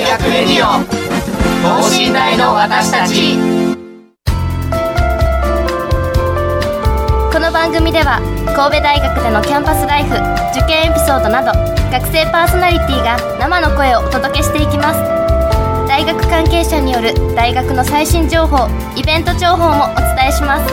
大学レディオ等身大の私たち。 この番組では神戸大学でのキャンパスライフ、受験エピソードなど学生パーソナリティが生の声をお届けしていきます。大学関係者による大学の最新情報、イベント情報もお伝えします。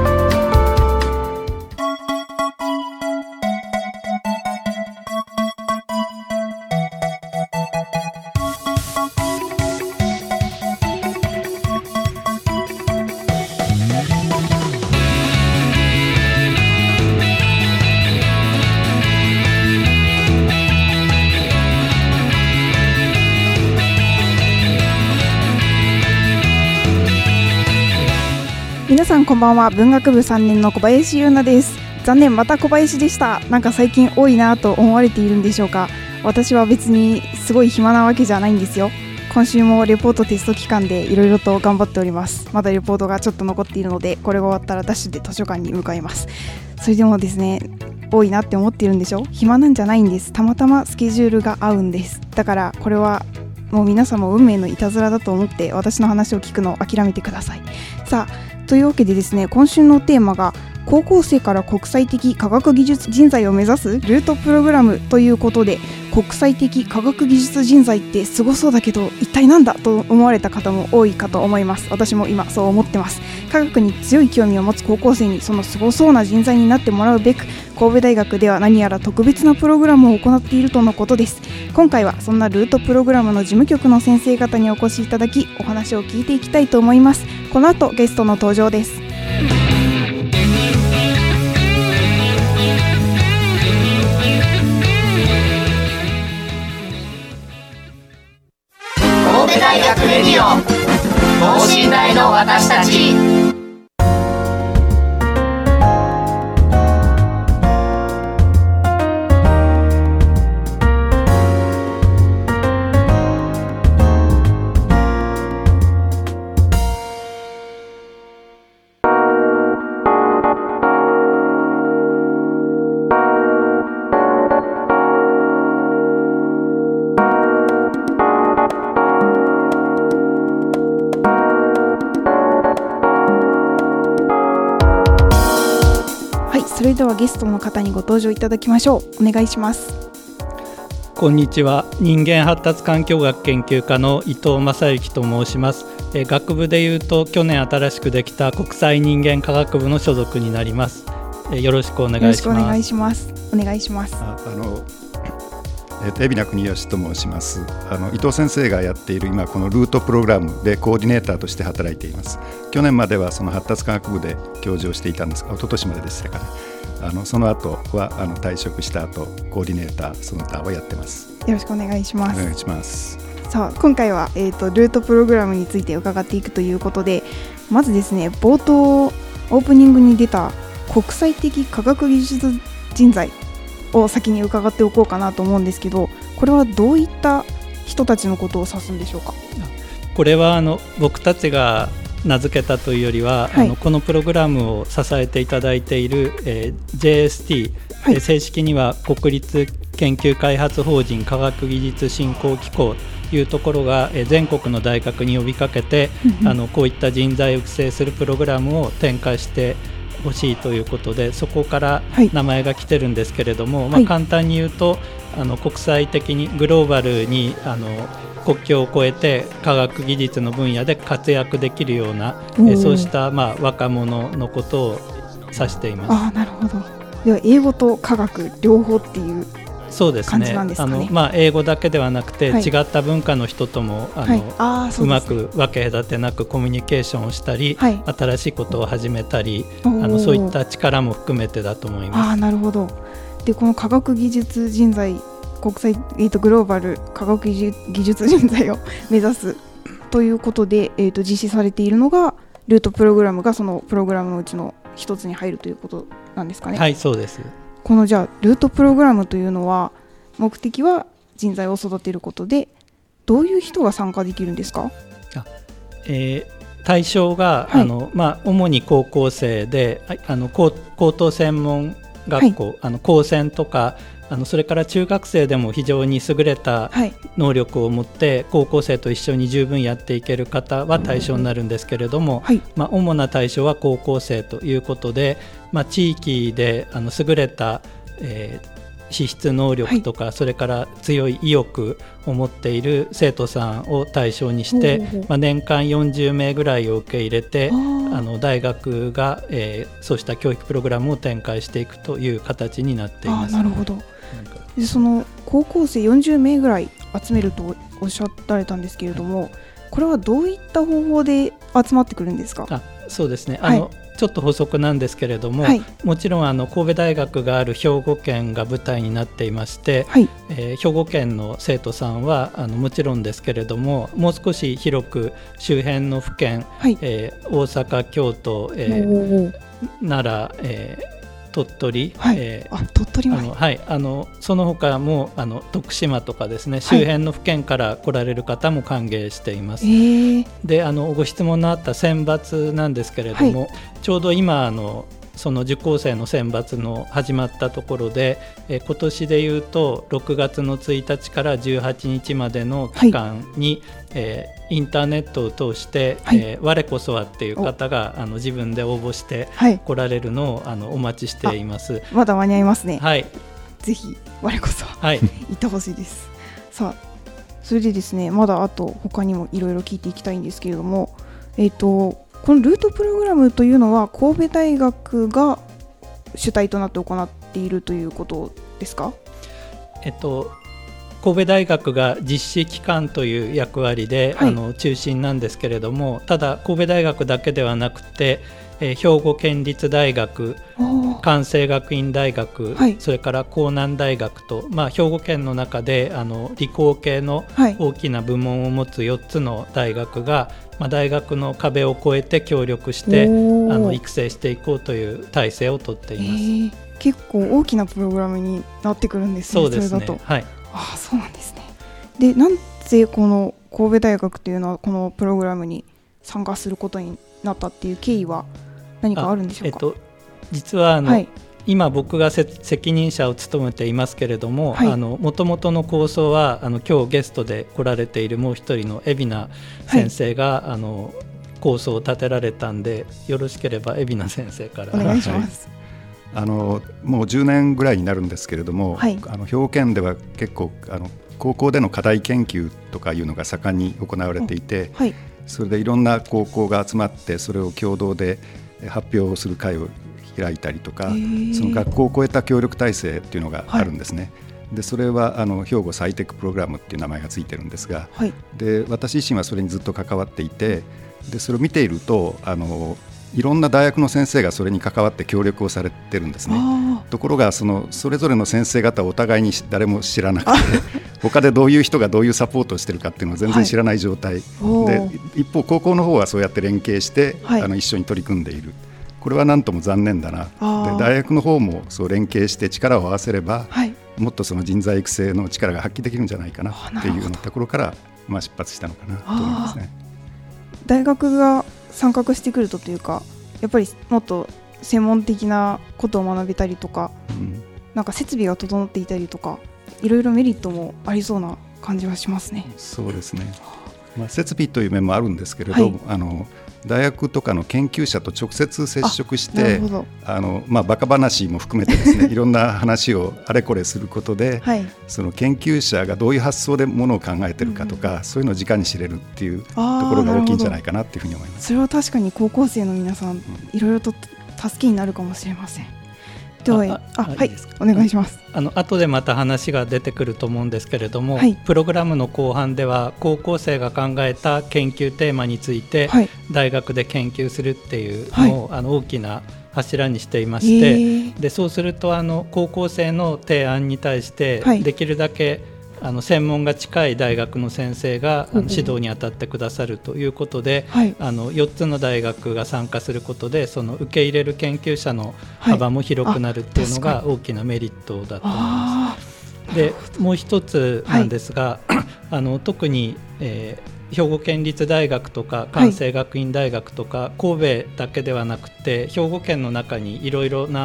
皆さんこんばんは。文学部3年の小林優奈です。残念、また小林でした。なんか最近多いなと思われているんでしょうか。私は別にすごい暇なわけじゃないんですよ。今週もレポートテスト期間でいろいろと頑張っております。まだレポートがちょっと残っているので、これが終わったらダッシュで図書館に向かいます。それでもですね、多いなって思っているんでしょ。暇なんじゃないんです。たまたまスケジュールが合うんです。だからこれはもう皆さんも運命のいたずらだと思って私の話を聞くのを諦めてください。さあ、というわけでですね、今週のテーマが高校生から国際的科学技術人材を目指すルートプログラムということで、国際的科学技術人材ってすごそうだけど一体なんだと思われた方も多いかと思います。私も今そう思ってます。科学に強い興味を持つ高校生にそのすごそうな人材になってもらうべく、神戸大学では何やら特別なプログラムを行っているとのことです。今回はそんなルートプログラムの事務局の先生方にお越しいただき、お話を聞いていきたいと思います。この後ゲストの登場です。 神戸大学レディオ等身大の私たち。 それではゲストの方にご登場いただきましょう。お願いします。 こんにちは。人間発達環境学研究科の伊藤正幸と申します。学部でいうと去年新しくできた国際人間科学部の所属になります。よろしくお願いします。 よろしくお願いします。お願いします。 海老名国吉と申します。伊藤先生がやっている今このルートプログラムでコーディネーターとして働いています。去年まではその発達科学部で教授をしていたんですが、一昨年まででしたかね。その後は退職した後コーディネーターその他をやってます。 よろしくお願いします。 お願いします。 さあ、今回は、ルートプログラムについて伺っていくということで、まずですね、冒頭オープニングに出た国際的科学技術人材を先に伺っておこうかなと思うんですけど、これはどういった人たちのことを指すんでしょうか。 これは僕たちが名付けたというよりは、はい、このプログラムを支えていただいている、JST、はい、正式には国立研究開発法人科学技術振興機構というところが、全国の大学に呼びかけて、こういった人材を育成するプログラムを展開してほしいということで、そこから名前が来てるんですけれども、はい、簡単に言うと国際的にグローバルに国境を越えて科学技術の分野で活躍できるような、そうした、若者のことを指しています。 あ、なるほど。では英語と科学両方っていう感じなんですかね。 英語だけではなくて、はい、違った文化の人ともうまく分け隔てなくコミュニケーションをしたり、はい、新しいことを始めたり、そういった力も含めてだと思います。 なるほど。で、この科学技術人材、国際、グローバル科学技術人材を目指すということで、実施されているのがルートプログラムがそのプログラムのうちの一つに入るということなんですかね。 はい、そうです。 このじゃあルートプログラムというのは目的は人材を育てることで、どういう人が参加できるんですか。 対象が、はい、主に高校生で高等専門学校、高専とかそれから中学生でも非常に優れた能力を持って高校生と一緒に十分やっていける方は対象になるんですけれども、主な対象は高校生ということで、地域で優れた、資質能力とか、それから強い意欲を持っている生徒さんを対象にして、年間40名ぐらいを受け入れて大学が、そうした教育プログラムを展開していくという形になっています。 なるほど。でその高校生40名ぐらい集めるとおっしゃられたんですけれども、これはどういった方法で集まってくるんですか？ そうですね、ちょっと補足なんですけれども、もちろん神戸大学がある兵庫県が舞台になっていまして、兵庫県の生徒さんはもちろんですけれども、もう少し広く周辺の府県、大阪、京都、奈良、鳥取、 鳥取まで、 その他も徳島とかですね、周辺の府県から来られる方も歓迎しています。でご質問のあった選抜なんですけれども、ちょうど今その受講生の選抜の始まったところで、今年でいうと6月の1日から18日までの期間に、インターネットを通して、我こそはっていう方が自分で応募して来られるのをお待ちしています。 まだ間に合いますね。ぜひ我こそは、行ってほしいです。さあ、それでですね、まだあと他にもいろいろ聞いていきたいんですけれども、このルートプログラムというのは神戸大学が主体となって行っているということですか？ 神戸大学が実施機関という役割で、中心なんですけれども、ただ神戸大学だけではなくて、兵庫県立大学、関西学院大学、それから江南大学と、兵庫県の中で理工系の大きな部門を持つ4つの大学が、大学の壁を越えて協力して育成していこうという体制をとっています。 結構大きなプログラムになってくるんですね。 そうですね。 それだと、そうなんですね。で、なんでこの神戸大学というのはこのプログラムに参加することになったっていう経緯は何かあるんでしょうか？ 実は今僕が責任者を務めていますけれども、もともとの構想は今日ゲストで来られているもう一人の海老名先生が、構想を立てられたんで、よろしければ海老名先生からお願いします。 もう10年ぐらいになるんですけれども、兵庫県では結構高校での課題研究とかいうのが盛んに行われていて、それでいろんな高校が集まってそれを共同で発表する会を開いたりとか、その学校を超えた協力体制っていうのがあるんですね。でそれは兵庫サイテックプログラムっていう名前がついてるんですが、で私自身はそれにずっと関わっていて、でそれを見ているといろんな大学の先生がそれに関わって協力をされてるんですね。ところがそれぞれの先生方をお互いに誰も知らなくて他でどういう人がどういうサポートをしてるかっていうのを全然知らない状態、で一方高校の方はそうやって連携して、一緒に取り組んでいる。これはなんとも残念だな。で大学の方もそう連携して力を合わせれば、もっとその人材育成の力が発揮できるんじゃないかなっていうようなところから、出発したのかなと思いますね。 大学が参画してくるというか、やっぱりもっと専門的なことを学べたりとか、なんか設備が整っていたりとか、いろいろメリットもありそうな感じはしますね。 そうですね、設備という面もあるんですけれど、大学とかの研究者と直接接触してバカ話も含めてですねいろんな話をあれこれすることで、その研究者がどういう発想でものを考えてるかとか、そういうのを直に知れるっていうところが大きいんじゃないかなっていうふうに思います。 それは確かに高校生の皆さん、いろいろと助けになるかもしれません。ではお願いします。 後でまた話が出てくると思うんですけれども、プログラムの後半では高校生が考えた研究テーマについて、大学で研究するっていうのを、大きな柱にしていまして、でそうすると高校生の提案に対して、できるだけ専門が近い大学の先生が指導に当たってくださるということで、4つの大学が参加することで、その受け入れる研究者の幅も広くなるっていうのが大きなメリットだと思います。でもう一つなんですが、特に、兵庫県立大学とか関西学院大学とか、神戸だけではなくて兵庫県の中にいろいろな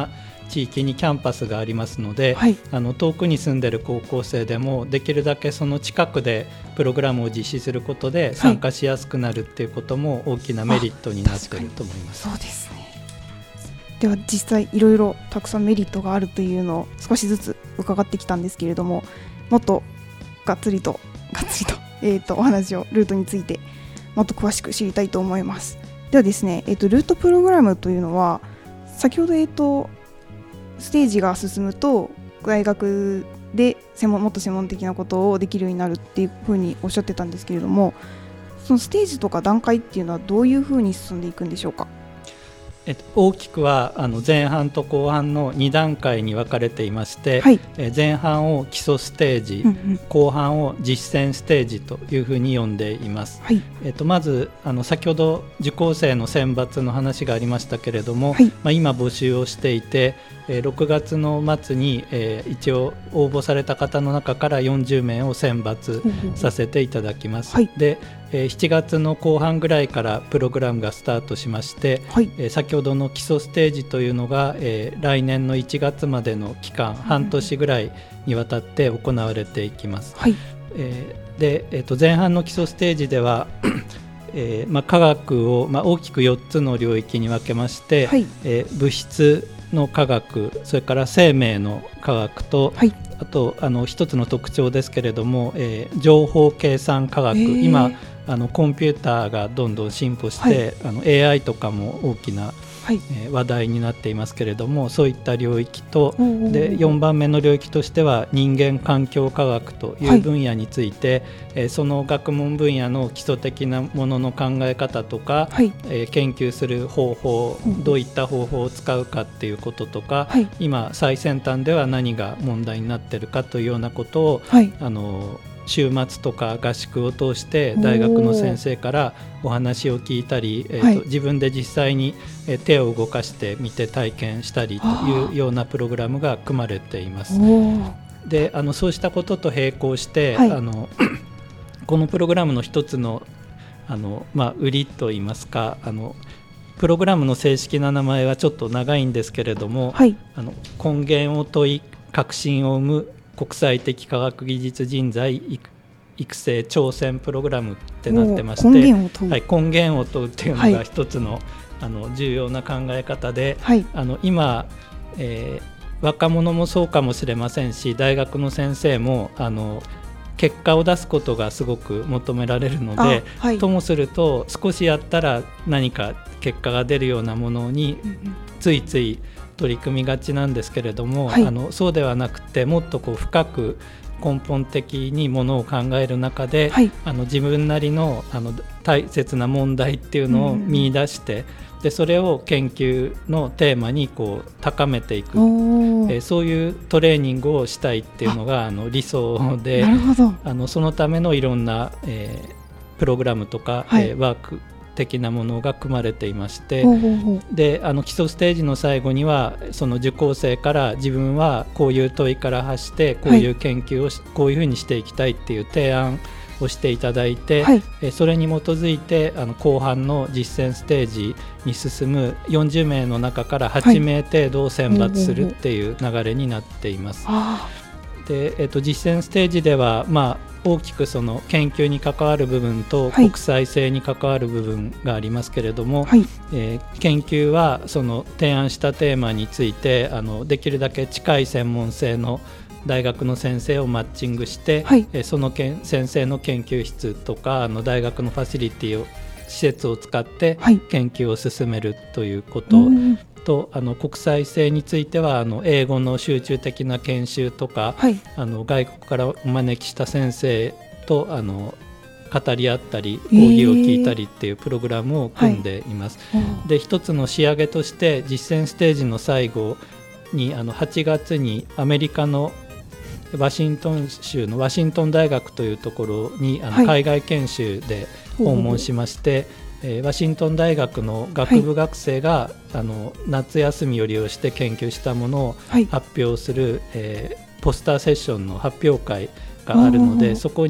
地域にキャンパスがありますので、 はい、 遠くに住んでる高校生でもできるだけその近くでプログラムを実施することで参加しやすくなるっていうことも大きなメリットになっていると思います。 そうですね。では実際いろいろたくさんメリットがあるというのを少しずつ伺ってきたんですけれども、もっとがっつりと、お話をルートについてもっと詳しく知りたいと思います。ではですね、ルートプログラムというのは先ほどステージが進むと大学でもっと専門的なことをできるようになるっていうふうにおっしゃってたんですけれども、そのステージとか段階っていうのはどういうふうに進んでいくんでしょうか。 大きくは前半と後半の2段階に分かれていまして、 はい、 前半を基礎ステージ、後半を実践ステージというふうに呼んでいます。 はい、 まず先ほど受講生の選抜の話がありましたけれども、 はい、 今募集をしていて6月の末に一応応募された方の中から40名を選抜させていただきます。 はい、 で7月の後半ぐらいからプログラムがスタートしまして、 はい、 先ほどの基礎ステージというのが来年の1月までの期間、半年ぐらいにわたって行われていきます。 はい、 で前半の基礎ステージでは科学を大きく4つの領域に分けまして、 はい、 物質の科学、それから生命の科学と、 はい、 あと一つの特徴ですけれども、情報計算科学、今コンピューターがどんどん進歩して、はい、AI とかも大きな、はい、話題になっていますけれども、そういった領域と、で4番目の領域としては人間環境科学という分野について、はい、その学問分野の基礎的なものの考え方とか、はい、研究する方法、どういった方法を使うかっていうこととか、はい、今最先端では何が問題になっているかというようなことを、はい、週末とか合宿を通して大学の先生からお話を聞いたり、自分で実際に手を動かしてみて体験したりというようなプログラムが組まれています。でそうしたことと並行して、はい、このプログラムの一つの売りといいますか、プログラムの正式な名前はちょっと長いんですけれども、はい、根源を問い革新を生む国際的科学技術人材育成挑戦プログラムってなってまして、根源を問うっていうのが一つの、重要な考え方で、はい、今、若者もそうかもしれませんし、大学の先生も結果を出すことがすごく求められるので、はい、ともすると少しやったら何か結果が出るようなものについつい取り組みがちなんですけれども、はい、そうではなくて、もっと深く根本的にものを考える中で、はい、自分なりの大切な問題っていうのを見出して、でそれを研究のテーマに高めていく、そういうトレーニングをしたいっていうのが理想で、そのためのいろんな、プログラムとか、はい、ワーク的なものが組まれていまして、で基礎ステージの最後にはその受講生から自分はこういう問いから発してこういう研究をこういうふうにしていきたいっていう提案をしていただいて、はい、それに基づいて後半の実践ステージに進む40名の中から8名程度を選抜するっていう流れになっています。で実践ステージでは、大きくその研究に関わる部分と国際性に関わる部分がありますけれども、はい、研究はその提案したテーマについてできるだけ近い専門性の大学の先生をマッチングして、はい、その先生の研究室とか大学のファシリティ施設を使って研究を進めるということ、はい、と国際性については英語の集中的な研修とか、はい、外国からお招きした先生と語り合ったり講義を聞いたりっていうプログラムを組んでいます。で一つの仕上げとして実践ステージの最後に8月にアメリカのワシントン州のワシントン大学というところに海外研修で訪問しまして、ワシントン大学の学部学生が、夏休みを利用して研究したものを発表する、ポスターセッションの発表会があるので、そこに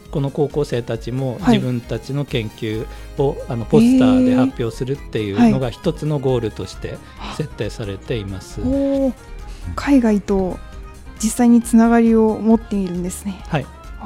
この高校生たちも自分たちの研究をポスターで発表するっていうのが一つのゴールとして設定されています。 海外と実際につながりを持っているんですね。 はい。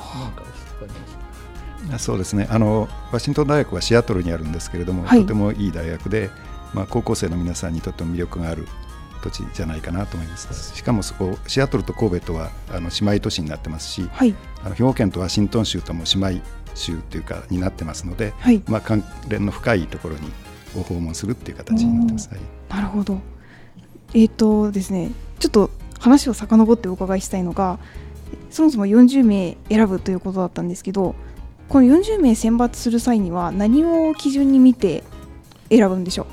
そうですね。ワシントン大学はシアトルにあるんですけれども、とてもいい大学で、高校生の皆さんにとっても魅力がある土地じゃないかなと思います。しかもそこシアトルと神戸とは姉妹都市になってますし、兵庫県とワシントン州とも姉妹州というかになってますので、関連の深いところにを訪問するっていう形になってます。 なるほど。ですね、ちょっと話を遡ってお伺いしたいのが、そもそも40名選ぶということだったんですけど、この40名選抜する際には何を基準に見て選ぶんでしょ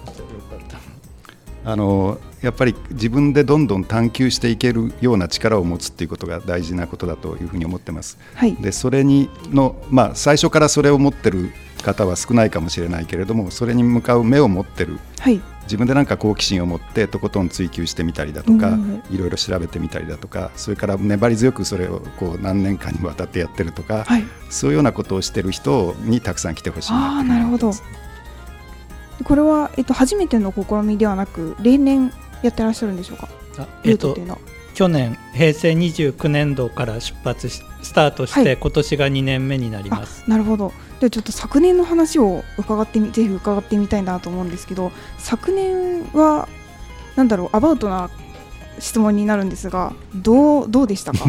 う？ やっぱり自分でどんどん探求していけるような力を持つっていうことが大事なことだというふうに思ってます。でそれの、最初からそれを持ってる方は少ないかもしれないけれども、それに向かう目を持ってる、自分でなんか好奇心を持ってとことん追求してみたりだとか、いろいろ調べてみたりだとか、それから粘り強くそれを何年間にわたってやってるとか、そういうようなことをしてる人にたくさん来てほしいなと思います。 なるほど。これは、初めての試みではなく例年やってらっしゃるんでしょうか？ 去年平成29年度からスタートして、今年が2年目になります。 なるほど。ではちょっと昨年の話をぜひ伺ってみたいなと思うんですけど、昨年はアバウトな質問になるんですが、どうでしたか？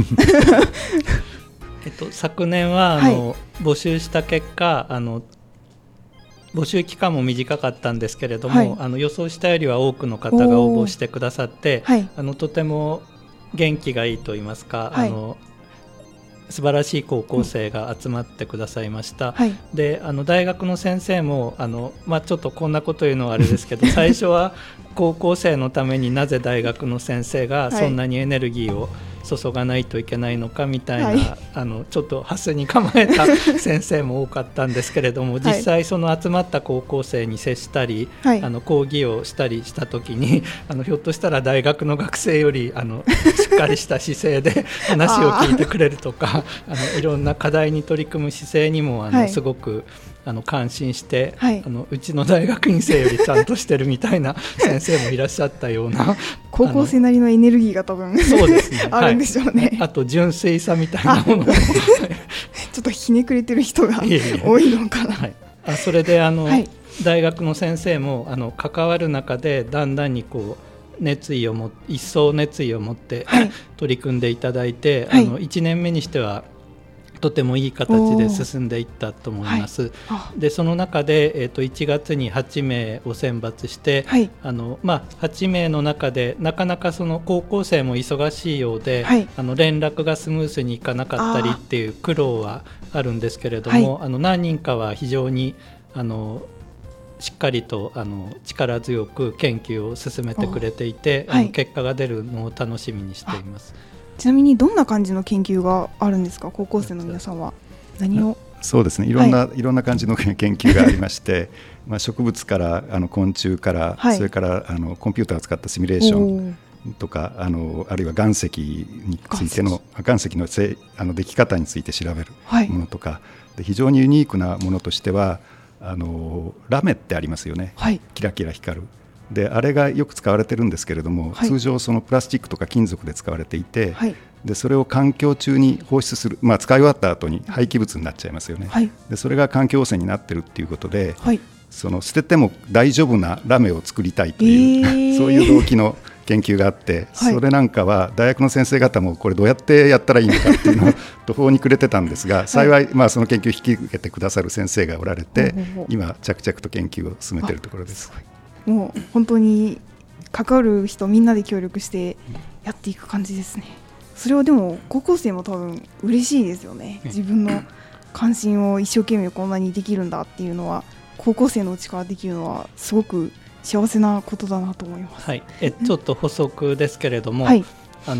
昨年は募集した結果、募集期間も短かったんですけれども、予想したよりは多くの方が応募してくださって、とても元気がいいと言いますか、素晴らしい高校生が集まってくださいました。で大学の先生もちょっとこんなこと言うのはあれですけど最初は高校生のためになぜ大学の先生がそんなにエネルギーを注がないといけないのかみたいな、ちょっとハスに構えた先生も多かったんですけれども、実際その集まった高校生に接したり、講義をしたりした時にひょっとしたら大学の学生よりしっかりした姿勢で話を聞いてくれるとかいろんな課題に取り組む姿勢にもすごく感心して、うちの大学院生よりちゃんとしてるみたいな先生もいらっしゃったような高校生なりのエネルギーが多分そうですねあるんでしょうね。 あと純粋さみたいなものもちょっとひねくれてる人が多いのかな。 それで大学の先生も関わる中でだんだんに一層熱意を持って取り組んでいただいて、1年目にしてはとてもいい形で進んでいったと思います。でその中で、1月に8名を選抜して、8名の中でなかなかその高校生も忙しいようで、連絡がスムースにいかなかったりっていう苦労はあるんですけれども、何人かは非常にしっかりと力強く研究を進めてくれていて、結果が出るのを楽しみにしています。 ちなみにどんな感じの研究があるんですか？高校生の皆さんは何を？ そうですね、いろんな感じの研究がありまして植物から昆虫から、それからコンピューターを使ったシミュレーションとかあるいは岩石についての岩石のでき方について調べるものとか、で非常にユニークなものとしてはラメってありますよね、キラキラ光る。であれがよく使われてるんですけれども、通常そのプラスチックとか金属で使われていて、でそれを環境中に放出する、使い終わった後に廃棄物になっちゃいますよね、でそれが環境汚染になってるっていうことで、その捨てても大丈夫なラメを作りたいという、そういう動機の研究があって、それなんかは大学の先生方もこれどうやってやったらいいのかっていうのを途方に暮れてたんですが、幸いその研究を引き受けてくださる先生がおられて、今着々と研究を進めているところです。 もう本当に関わる人みんなで協力してやっていく感じですね。それはでも高校生も多分嬉しいですよね。自分の関心を一生懸命こんなにできるんだっていうのは、高校生のうちからできるのはすごく幸せなことだなと思います。 ちょっと補足ですけれども、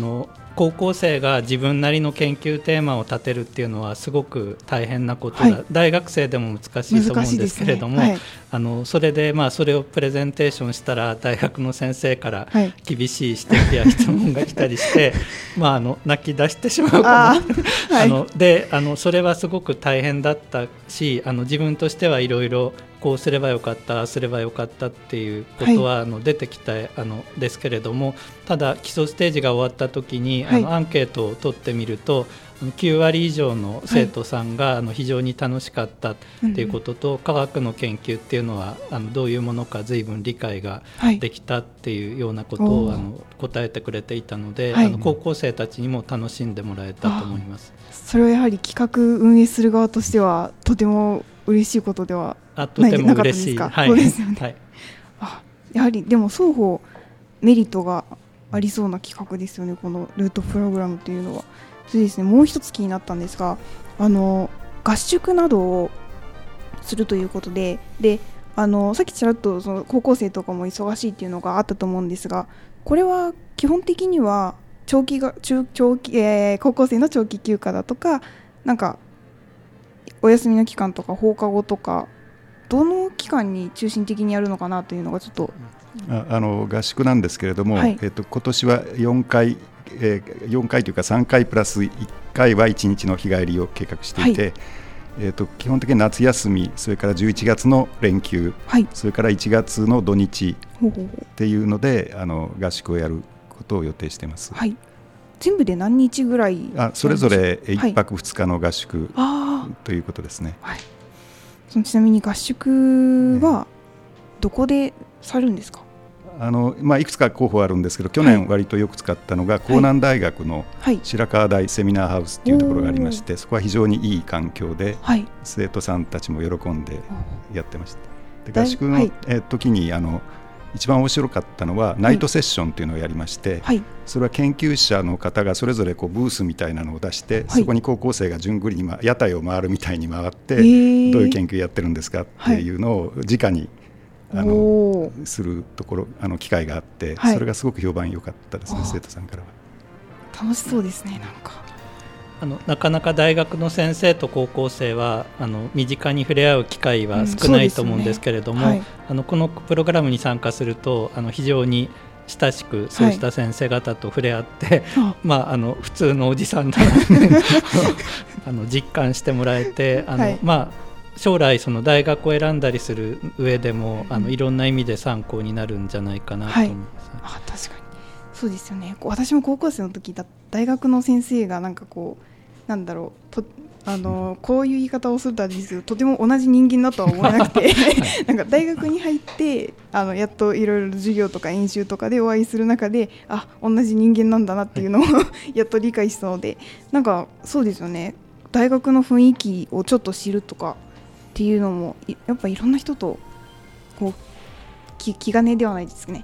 高校生が自分なりの研究テーマを立てるっていうのはすごく大変なことだ、大学生でも難しいと思うんですけれども、それでそれをプレゼンテーションしたら大学の先生から厳しい指摘や質問が来たりして泣き出してしまうかもでそれはすごく大変だったし自分としてはいろいろこうすればよかったああすればよかったっていうことは出てきたですけれども、ただ基礎ステージが終わった時にアンケートを取ってみると9割以上の生徒さんが非常に楽しかったっていうことと、科学の研究っていうのはどういうものか随分理解ができたっていうようなことを答えてくれていたので、高校生たちにも楽しんでもらえたと思います。 それはやはり企画運営する側としてはとても嬉しいことではないなかったですか？そうですよね。やはりでも双方メリットがありそうな企画ですよね、このルートプログラムというのは。そうですね、もう一つ気になったんですが、合宿などをするということで、さっきちらっとその高校生とかも忙しいっていうのがあったと思うんですが、これは基本的には高校生の長期休暇だとか、なんかお休みの期間とか放課後とか、どの期間に中心的にやるのかなというのがちょっと合宿なんですけれども、今年は4回というか3回プラス1回は1日の日帰りを計画していて、基本的に夏休み、それから11月の連休、それから1月の土日っていうので合宿をやることを予定しています。 全部で何日ぐらい？ それぞれ1泊2日の合宿ということですね。 ちなみに合宿はどこでされるんですか？ いくつか候補あるんですけど、去年割とよく使ったのが江南大学の白川大セミナーハウスというところがありまして、そこは非常にいい環境で、生徒さんたちも喜んでやってました。で合宿の時に一番面白かったのはナイトセッションというのをやりまして、それは研究者の方がそれぞれブースみたいなのを出して、そこに高校生が順繰りに屋台を回るみたいに回って、どういう研究やってるんですかっていうのを直にするところ機会があって、それがすごく評判良かったですね、生徒さんからは。 楽しそうですね。 なかなか大学の先生と高校生は身近に触れ合う機会は少ないと思うんですけれども、このプログラムに参加すると非常に親しくそうした先生方と触れ合って、普通のおじさんだな実感してもらえて、将来その大学を選んだりする上でもいろんな意味で参考になるんじゃないかなと思います。 確かにそうですよね。私も高校生の時大学の先生がこういう言い方をするとあれですけど、とても同じ人間だとは思えなくて大学に入ってやっといろいろ授業とか演習とかでお会いする中で同じ人間なんだなっていうのをやっと理解したので、そうですよね、大学の雰囲気をちょっと知るとかっていうのもやっぱいろんな人と気兼ねではないですね、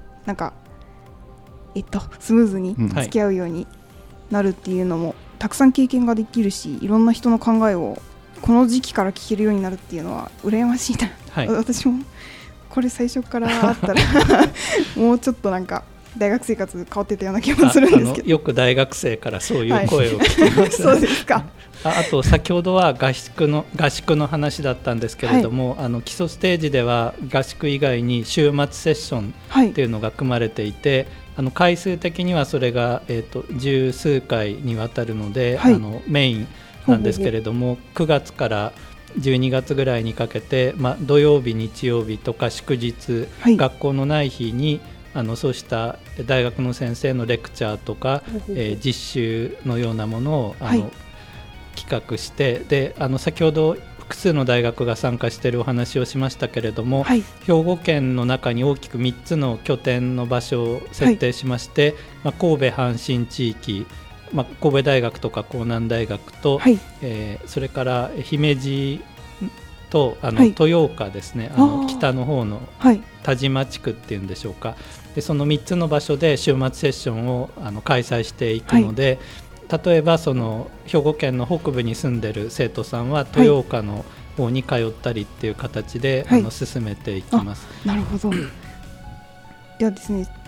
スムーズに付き合うようになるっていうのもたくさん経験ができるし、いろんな人の考えをこの時期から聞けるようになるっていうのは羨ましいな、私もこれ最初からあったらもうちょっと大学生活変わってたような気もするんですけど、 よく大学生からそういう声を聞きます、 そうですか。 あと先ほどは合宿の話だったんですけれども、基礎ステージでは合宿以外に週末セッションっていうのが組まれていて、回数的にはそれが、十数回にわたるので、メインなんですけれども、9月から12月ぐらいにかけて、土曜日日曜日とか祝日、学校のない日にそうした大学の先生のレクチャーとか、実習のようなものを企画して、で先ほど複数の大学が参加しているお話をしましたけれども、兵庫県の中に大きく3つの拠点の場所を設定しまして、神戸阪神地域、神戸大学とか江南大学と、それから姫路と豊岡ですね、北の方の田島地区っていうんでしょうか、でその3つの場所で週末セッションを開催していくので、例えばその兵庫県の北部に住んでる生徒さんは豊岡の方に通ったりっていう形で、進めていきます。 なるほど。ではですね、ちょっと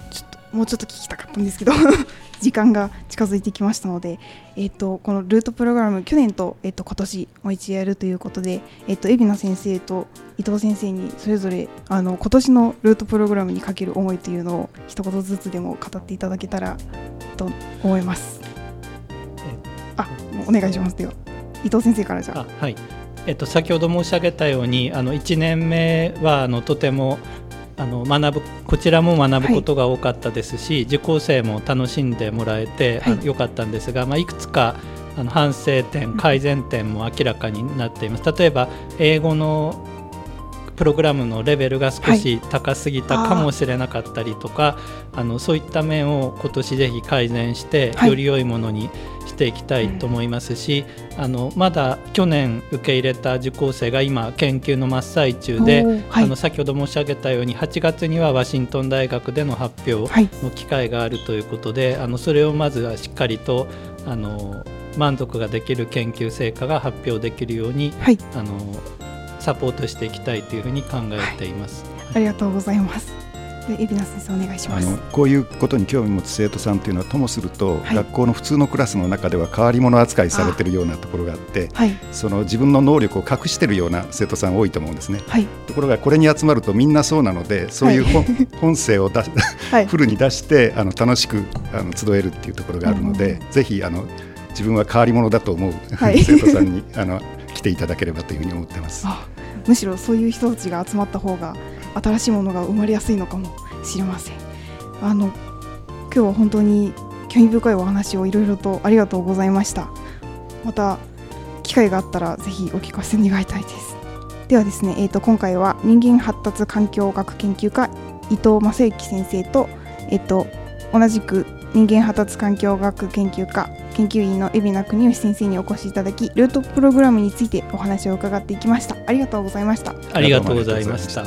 もうちょっと聞きたかったんですけど時間が近づいてきましたので、このルートプログラム去年と、今年もう一度やるということで、海老名先生と伊藤先生にそれぞれ今年のルートプログラムにかける思いというのを一言ずつでも語っていただけたらと思います。もうお願いします。では伊藤先生からじゃあ。 はい、先ほど申し上げたように1年目はとてもこちらも学ぶことが多かったですし、受講生も楽しんでもらえてよかったんですが、いくつか反省点改善点も明らかになっています。例えば英語のプログラムのレベルが少し高すぎたかもしれなかったりとか、そういった面を今年ぜひ改善してより良いものにしていきたいと思いますし、まだ去年受け入れた受講生が今研究の真っ最中で、先ほど申し上げたように8月にはワシントン大学での発表の機会があるということで、それをまずはしっかりと満足ができる研究成果が発表できるように、サポートしていきたいというふうに考えています。 ありがとうございます。海老名先生お願いします。 こういうことに興味を持つ生徒さんというのはともすると、学校の普通のクラスの中では変わり者扱いされているようなところがあって、その自分の能力を隠しているような生徒さん多いと思うんですね。ところがこれに集まるとみんなそうなので、そういう本性をフルに出して楽しく集えるっていうところがあるので、ぜひ自分は変わり者だと思う生徒さんに来ていただければというふうに思っています。 むしろそういう人たちが集まった方が新しいものが生まれやすいのかもしれません。今日は本当に興味深いお話をいろいろとありがとうございました。また機会があったらぜひお聞かせ願いたいです。ではですね、今回は人間発達環境学研究家伊藤正幸先生と、同じく人間発達環境学研究家研究員の海老名邦義先生にお越しいただき、ルートプログラムについてお話を伺っていきました。ありがとうございました。 ありがとうございました。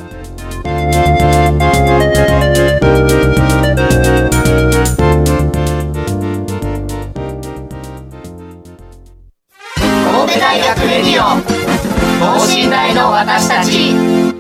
神戸大学レディオ等身大の私たち。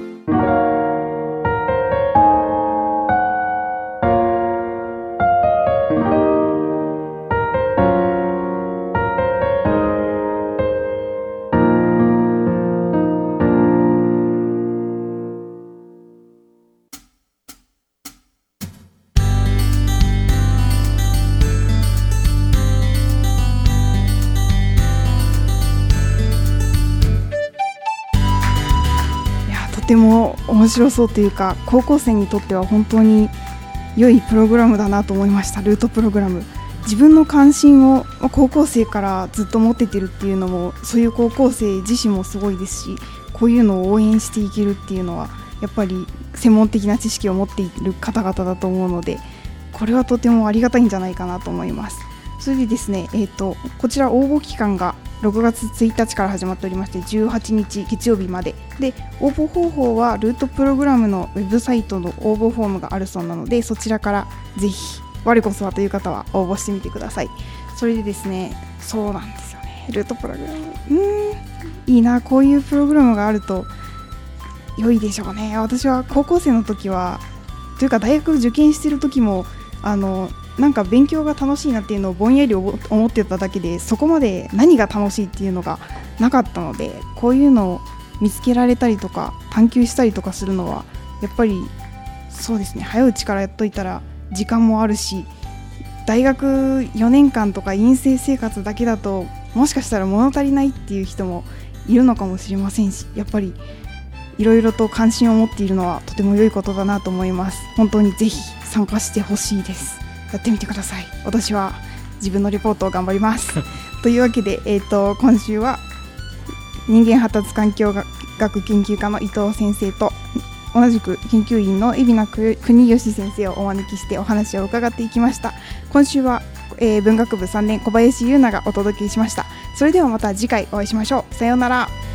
とても面白そうというか、高校生にとっては本当に良いプログラムだなと思いました。ルートプログラム、自分の関心を高校生からずっと持っててるっていうのも、そういう高校生自身もすごいですし、こういうのを応援していけるっていうのはやっぱり専門的な知識を持っている方々だと思うので、これはとてもありがたいんじゃないかなと思います。それでですね、こちら応募期間が6月1日から始まっておりまして、18日月曜日までで、応募方法はルートプログラムのウェブサイトの応募フォームがあるそうなので、そちらからぜひ我こそはという方は応募してみてください。それでですね、そうなんですよね、ルートプログラムいいな、こういうプログラムがあると良いでしょうね。私は高校生の時はというか大学受験してる時もなんか勉強が楽しいなっていうのをぼんやり思ってただけで、そこまで何が楽しいっていうのがなかったので、こういうのを見つけられたりとか探求したりとかするのはやっぱりそうですね、早いうちからやっといたら時間もあるし、大学4年間とか院生生活だけだともしかしたら物足りないっていう人もいるのかもしれませんし、やっぱりいろいろと関心を持っているのはとても良いことだなと思います。本当にぜひ参加してほしいです。やってみてください。私は自分のレポートを頑張りますというわけで、今週は人間発達環境学研究家の伊藤先生と同じく研究員の海老名邦義先生をお招きしてお話を伺っていきました。今週は、文学部3年小林優奈がお届けしました。それではまた次回お会いしましょう。さようなら。